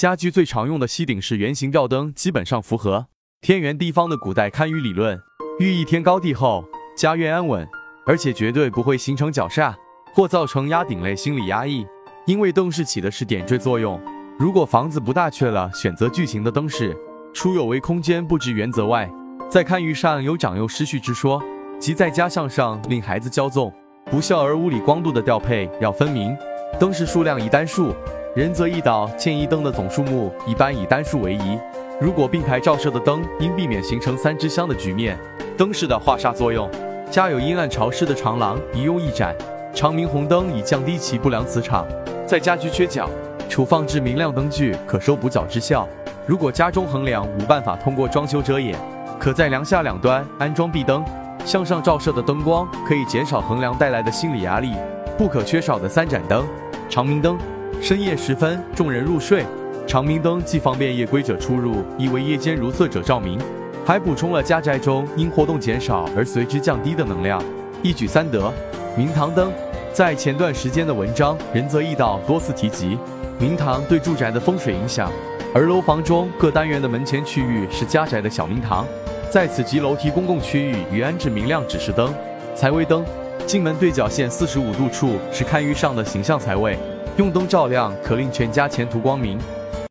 家居最常用的吸顶式圆形吊灯基本上符合天圆地方的古代堪舆理论，寓意天高地厚，家院安稳，而且绝对不会形成绞煞或造成压顶类心理压抑。因为灯饰起的是点缀作用，如果房子不大，却了选择巨型的灯饰，除有违空间布置原则外，在堪舆上有长幼失序之说，即在家项上令孩子骄纵不孝，而屋里光度的调配要分明，灯饰数量以单数，人则一导，建议灯的总数目一般以单数为宜。如果并排照射的灯，应避免形成3支香的局面。灯饰的化煞作用，家有阴暗潮湿的长廊，宜用一盏长明红灯以降低其不良磁场。在家居缺角，处放置明亮灯具，可收补角之效。如果家中横梁无办法通过装修遮掩，可在梁下两端安装壁灯，向上照射的灯光可以减少横梁带来的心理压力。不可缺少的3盏灯。长明灯，深夜时分众人入睡，长明灯既方便夜归者出入，亦为夜间如厕者照明，还补充了家宅中因活动减少而随之降低的能量，一举3得。明堂灯，在前段时间的文章仁泽义道多次提及明堂对住宅的风水影响，而楼房中各单元的门前区域是家宅的小明堂，在此及楼梯公共区域与安置明亮指示灯、财位灯。进门对角线45度处是堪舆上的形象财位，用灯照亮可令全家前途光明。